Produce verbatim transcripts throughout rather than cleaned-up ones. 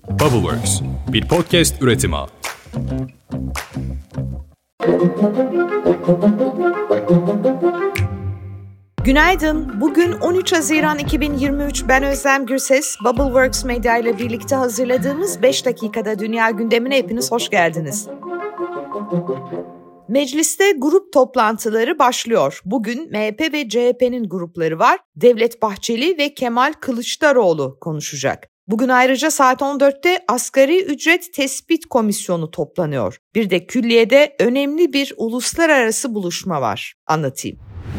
Bubbleworks, bir podcast üretimi. Günaydın. Bugün on üç Haziran iki bin yirmi üç. Ben Özlem Gürses. Bubbleworks Medya ile birlikte hazırladığımız beş dakikada dünya gündemine hepiniz hoş geldiniz. Mecliste grup toplantıları başlıyor. Bugün M H P ve C H P'nin grupları var. Devlet Bahçeli ve Kemal Kılıçdaroğlu konuşacak. Bugün ayrıca saat on dörtte Asgari Ücret Tespit Komisyonu toplanıyor. Bir de külliyede önemli bir uluslararası buluşma var. Anlatayım.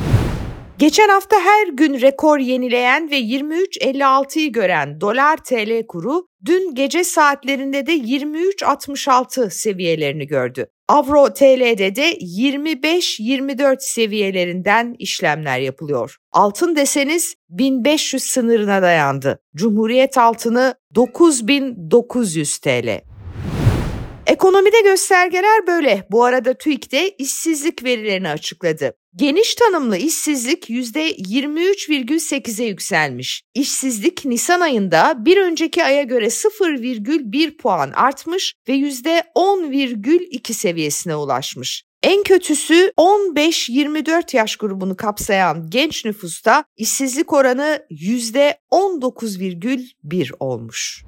Geçen hafta her gün rekor yenileyen ve yirmi üç virgül elli altıyı gören dolar T L kuru dün gece saatlerinde de yirmi üç virgül altmış altı seviyelerini gördü. Avro T L'de de yirmi beş virgül yirmi dört seviyelerinden işlemler yapılıyor. Altın deseniz bin beş yüz sınırına dayandı. Cumhuriyet altını dokuz bin dokuz yüz T L. Ekonomide göstergeler böyle. Bu arada TÜİK de işsizlik verilerini açıkladı. Geniş tanımlı işsizlik yüzde yirmi üç virgül sekize yükselmiş. İşsizlik Nisan ayında bir önceki aya göre sıfır virgül bir puan artmış ve yüzde on virgül iki seviyesine ulaşmış. En kötüsü on beş yirmi dört yaş grubunu kapsayan genç nüfusta işsizlik oranı yüzde on dokuz virgül bir olmuş.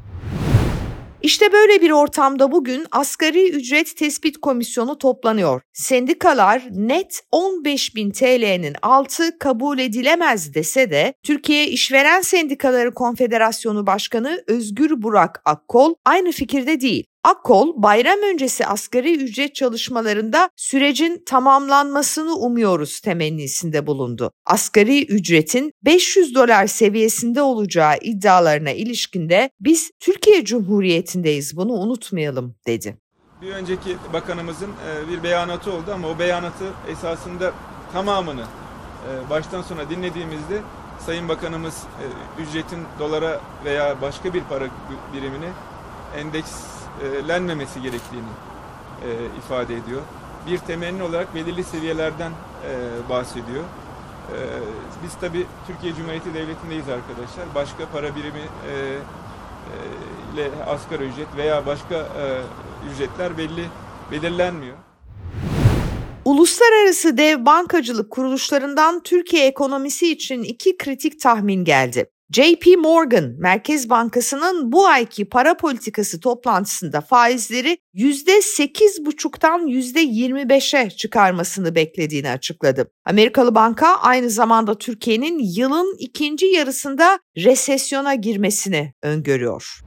İşte böyle bir ortamda bugün Asgari Ücret Tespit Komisyonu toplanıyor. Sendikalar net on beş bin T L'nin altı kabul edilemez dese de Türkiye İşveren Sendikaları Konfederasyonu Başkanı Özgür Burak Akkol aynı fikirde değil. Akkol, bayram öncesi asgari ücret çalışmalarında sürecin tamamlanmasını umuyoruz temennisinde bulundu. Asgari ücretin beş yüz dolar seviyesinde olacağı iddialarına ilişkinde biz Türkiye Cumhuriyeti'ndeyiz, bunu unutmayalım dedi. Bir önceki bakanımızın bir beyanatı oldu ama o beyanatı esasında tamamını baştan sona dinlediğimizde Sayın Bakanımız ücretin dolara veya başka bir para birimine endeks lenmemesi gerektiğini e, ifade ediyor. Bir temenni olarak belirli seviyelerden e, bahsediyor. E, biz tabii Türkiye Cumhuriyeti Devleti'ndeyiz arkadaşlar. Başka para birimi e, e, ile asgari ücret veya başka e, ücretler belli belirlenmiyor. Uluslararası dev bankacılık kuruluşlarından Türkiye ekonomisi için iki kritik tahmin geldi. J P Morgan Merkez Bankası'nın bu ayki para politikası toplantısında faizleri yüzde sekiz buçuktan yüzde yirmi beşe çıkarmasını beklediğini açıkladı. Amerikalı banka aynı zamanda Türkiye'nin yılın ikinci yarısında resesyona girmesini öngörüyor.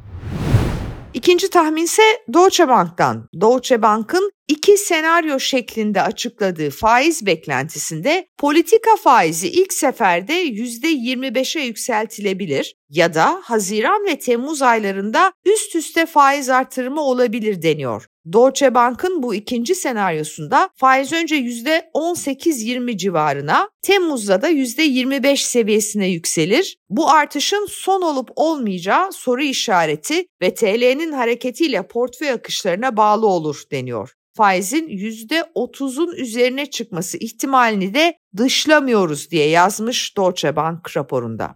İkinci tahmin ise Deutsche Bank'tan. Deutsche Bank'ın iki senaryo şeklinde açıkladığı faiz beklentisinde politika faizi ilk seferde yüzde yirmi beşe yükseltilebilir ya da Haziran ve Temmuz aylarında üst üste faiz artırımı olabilir deniyor. Deutsche Bank'ın bu ikinci senaryosunda faiz önce yüzde on sekiz yirmi civarına, Temmuz'da da yüzde yirmi beş seviyesine yükselir. Bu artışın son olup olmayacağı soru işareti ve T L'nin hareketiyle portföy akışlarına bağlı olur deniyor. Faizin yüzde otuzun üzerine çıkması ihtimalini de dışlamıyoruz diye yazmış Deutsche Bank raporunda.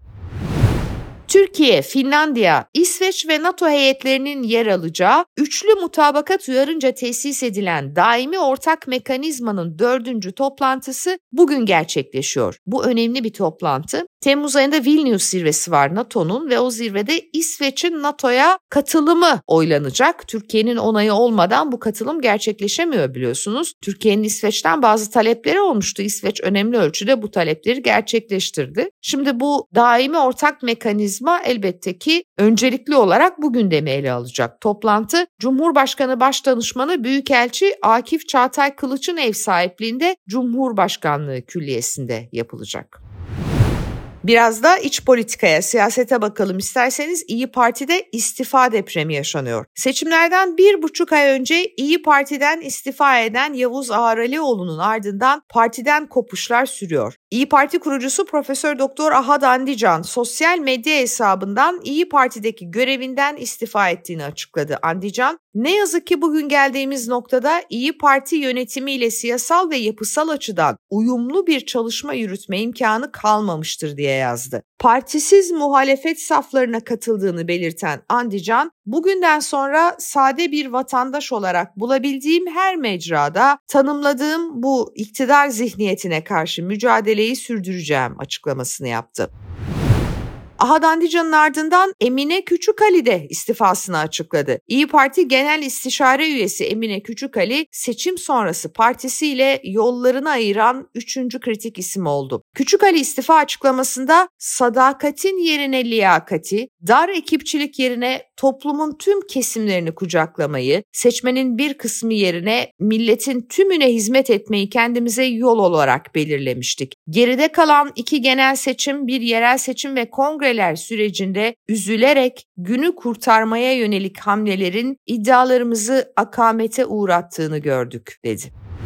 Türkiye, Finlandiya, İsveç ve NATO heyetlerinin yer alacağı üçlü mutabakat uyarınca tesis edilen daimi ortak mekanizmanın dördüncü toplantısı bugün gerçekleşiyor. Bu önemli bir toplantı. Temmuz ayında Vilnius zirvesi var NATO'nun ve o zirvede İsveç'in NATO'ya katılımı oylanacak. Türkiye'nin onayı olmadan bu katılım gerçekleşemiyor biliyorsunuz. Türkiye'nin İsveç'ten bazı talepleri olmuştu. İsveç önemli ölçüde bu talepleri gerçekleştirdi. Şimdi bu daimi ortak mekanizma elbette ki öncelikli olarak bu gündemi ele alacak. Toplantı Cumhurbaşkanı Başdanışmanı Büyükelçi Akif Çağatay Kılıç'ın ev sahipliğinde Cumhurbaşkanlığı Külliyesi'nde yapılacak. Biraz da iç politikaya, siyasete bakalım isterseniz. İyi Parti'de istifa depremi yaşanıyor. Seçimlerden bir buçuk ay önce İyi Parti'den istifa eden Yavuz Ağaralioğlu'nun ardından partiden kopuşlar sürüyor. İyi Parti kurucusu Profesör Doktor Ahad Andican sosyal medya hesabından İyi Parti'deki görevinden istifa ettiğini açıkladı. Andican, ne yazık ki bugün geldiğimiz noktada İyi Parti yönetimiyle siyasal ve yapısal açıdan uyumlu bir çalışma yürütme imkanı kalmamıştır diye yazdı. Partisiz muhalefet saflarına katıldığını belirten Andijan, bugünden sonra sade bir vatandaş olarak bulabildiğim her mecrada tanımladığım bu iktidar zihniyetine karşı mücadeleyi sürdüreceğim açıklamasını yaptı. Ahad Andijan'ın ardından Emine Küçükali de istifasını açıkladı. İyi Parti Genel İstişare Üyesi Emine Küçükali, seçim sonrası partisiyle yollarını ayıran üçüncü kritik isim oldu. Küçükali istifa açıklamasında sadakatin yerine liyakati, dar ekipçilik yerine toplumun tüm kesimlerini kucaklamayı, seçmenin bir kısmı yerine milletin tümüne hizmet etmeyi kendimize yol olarak belirlemiştik. Geride kalan iki genel seçim, bir yerel seçim ve kongre sürecinde üzülerek günü kurtarmaya yönelik hamlelerin iddialarımızı akamete uğrattığını gördük, dedi.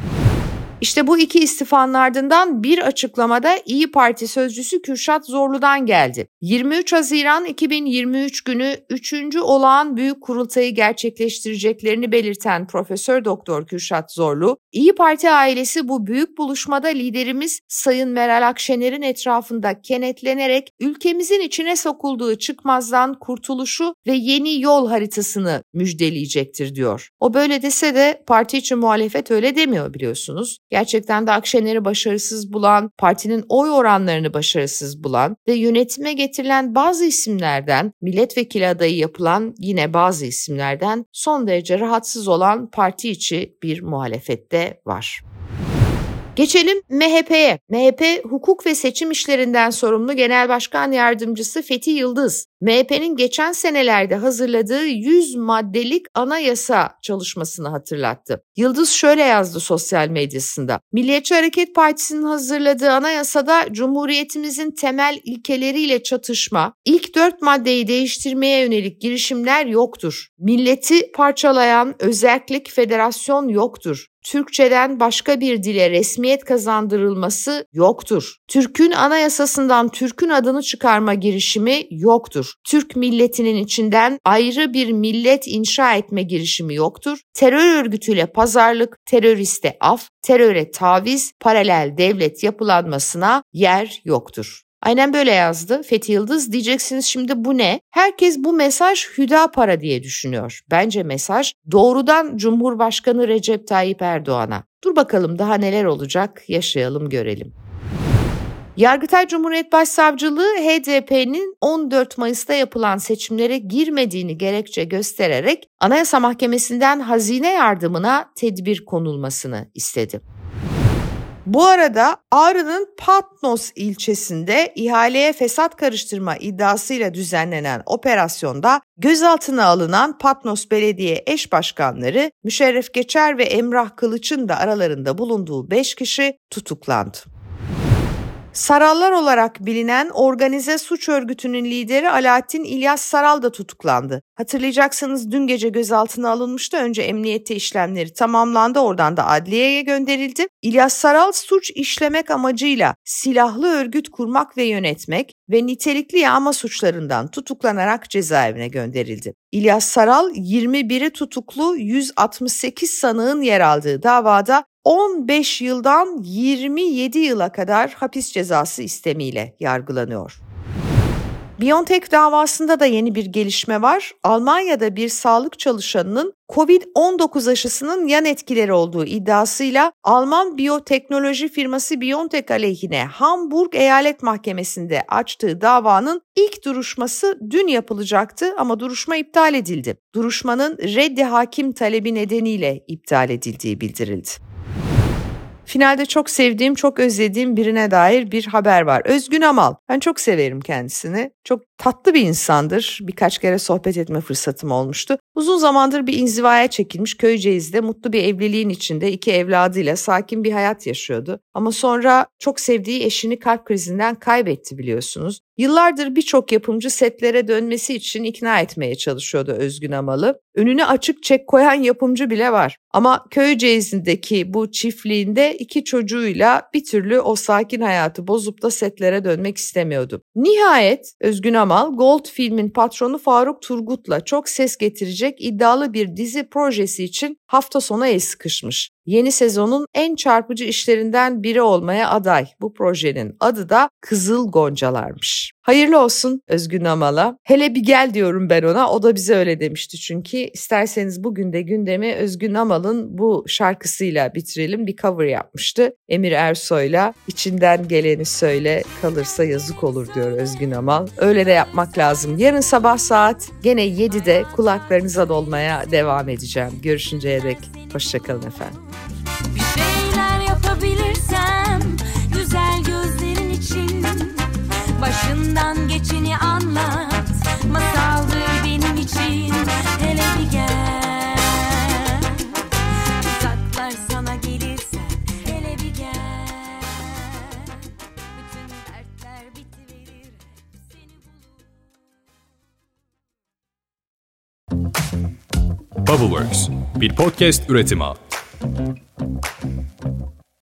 İşte bu iki istifanın ardından bir açıklamada İyi Parti sözcüsü Kürşat Zorlu'dan geldi. yirmi üç Haziran iki bin yirmi üç günü üçüncü olağan büyük kurultayı gerçekleştireceklerini belirten Profesör Doktor Kürşat Zorlu, İyi Parti ailesi bu büyük buluşmada liderimiz Sayın Meral Akşener'in etrafında kenetlenerek ülkemizin içine sokulduğu çıkmazdan kurtuluşu ve yeni yol haritasını müjdeleyecektir diyor. O böyle dese de parti içi muhalefet öyle demiyor, biliyorsunuz. Gerçekten de Akşener'i başarısız bulan, partinin oy oranlarını başarısız bulan ve yönetime getirilen bazı isimlerden, milletvekili adayı yapılan yine bazı isimlerden son derece rahatsız olan parti içi bir muhalefette var. Geçelim M H P'ye. M H P hukuk ve seçim işlerinden sorumlu Genel Başkan Yardımcısı Fethi Yıldız, M H P'nin geçen senelerde hazırladığı yüz maddelik anayasa çalışmasını hatırlattı. Yıldız şöyle yazdı sosyal medyasında: Milliyetçi Hareket Partisi'nin hazırladığı anayasada Cumhuriyetimizin temel ilkeleriyle çatışma, ilk dört maddeyi değiştirmeye yönelik girişimler yoktur. Milleti parçalayan özerklik, federasyon yoktur. Türkçeden başka bir dile resmiyet kazandırılması yoktur. Türk'ün anayasasından Türk'ün adını çıkarma girişimi yoktur. Türk milletinin içinden ayrı bir millet inşa etme girişimi yoktur. Terör örgütüyle pazarlık, teröriste af, teröre taviz, paralel devlet yapılanmasına yer yoktur. Aynen böyle yazdı Fethi Yıldız. Diyeceksiniz şimdi bu ne? Herkes bu mesaj Hüdapara diye düşünüyor. Bence mesaj doğrudan Cumhurbaşkanı Recep Tayyip Erdoğan'a. Dur bakalım daha neler olacak, yaşayalım görelim. Yargıtay Cumhuriyet Başsavcılığı H D P'nin on dört Mayıs'ta yapılan seçimlere girmediğini gerekçe göstererek Anayasa Mahkemesi'nden hazine yardımına tedbir konulmasını istedi. Bu arada Ağrı'nın Patnos ilçesinde ihaleye fesat karıştırma iddiasıyla düzenlenen operasyonda gözaltına alınan Patnos Belediye eş başkanları Müşerref Geçer ve Emrah Kılıç'ın da aralarında bulunduğu beş kişi tutuklandı. Sarallar olarak bilinen organize suç örgütünün lideri Alaaddin İlyas Saral da tutuklandı. Hatırlayacaksınız dün gece gözaltına alınmıştı. Önce emniyette işlemleri tamamlandı. Oradan da adliyeye gönderildi. İlyas Saral suç işlemek amacıyla silahlı örgüt kurmak ve yönetmek ve nitelikli yağma suçlarından tutuklanarak cezaevine gönderildi. İlyas Saral yirmi biri tutuklu yüz altmış sekiz sanığın yer aldığı davada on beş yıldan yirmi yedi yıla kadar hapis cezası istemiyle yargılanıyor. BioNTech davasında da yeni bir gelişme var. Almanya'da bir sağlık çalışanının kovid on dokuz aşısının yan etkileri olduğu iddiasıyla Alman biyoteknoloji firması BioNTech aleyhine Hamburg Eyalet Mahkemesi'nde açtığı davanın ilk duruşması dün yapılacaktı ama duruşma iptal edildi. Duruşmanın reddi hakim talebi nedeniyle iptal edildiği bildirildi. Finalde çok sevdiğim, çok özlediğim birine dair bir haber var. Özgün Amal. Ben çok severim kendisini. Çok tatlı bir insandır. Birkaç kere sohbet etme fırsatım olmuştu. Uzun zamandır bir inzivaya çekilmiş Köyceğiz'de mutlu bir evliliğin içinde iki evladıyla sakin bir hayat yaşıyordu. Ama sonra çok sevdiği eşini kalp krizinden kaybetti biliyorsunuz. Yıllardır birçok yapımcı setlere dönmesi için ikna etmeye çalışıyordu Özgün Amal'ı. Önüne açık çek koyan yapımcı bile var. Ama Köyceğiz'indeki bu çiftliğinde iki çocuğuyla bir türlü o sakin hayatı bozup da setlere dönmek istemiyordu. Nihayet Özgün Amal, Gold Film'in patronu Faruk Turgut'la çok ses getirecek iddialı bir dizi projesi için hafta sonu el sıkışmış. yeni sezonun en çarpıcı işlerinden biri olmaya aday. Bu projenin adı da Kızıl Goncalarmış. Hayırlı olsun Özgün Amal'a. Hele bir gel diyorum ben ona. O da bize öyle demişti çünkü. İsterseniz bugün de gündemi Özgün Amal'ın bu şarkısıyla bitirelim. Bir cover yapmıştı Emir Ersoy'la. İçinden geleni söyle, kalırsa yazık olur diyor Özgün Amal. Öyle de yapmak lazım. Yarın sabah saat gene yedide kulaklarınıza dolmaya devam edeceğim. Görüşünceye dek hoşçakalın efendim. Bir şeyler yapabilirsem güzel gözlerin için, başından geçeni anlat, masaldır benim için. Hele bir gel, uzaklar sana gelirsen, hele bir gel, bütün dertler bitiverir, seni bulur. Bubbleworks bir podcast üretimi.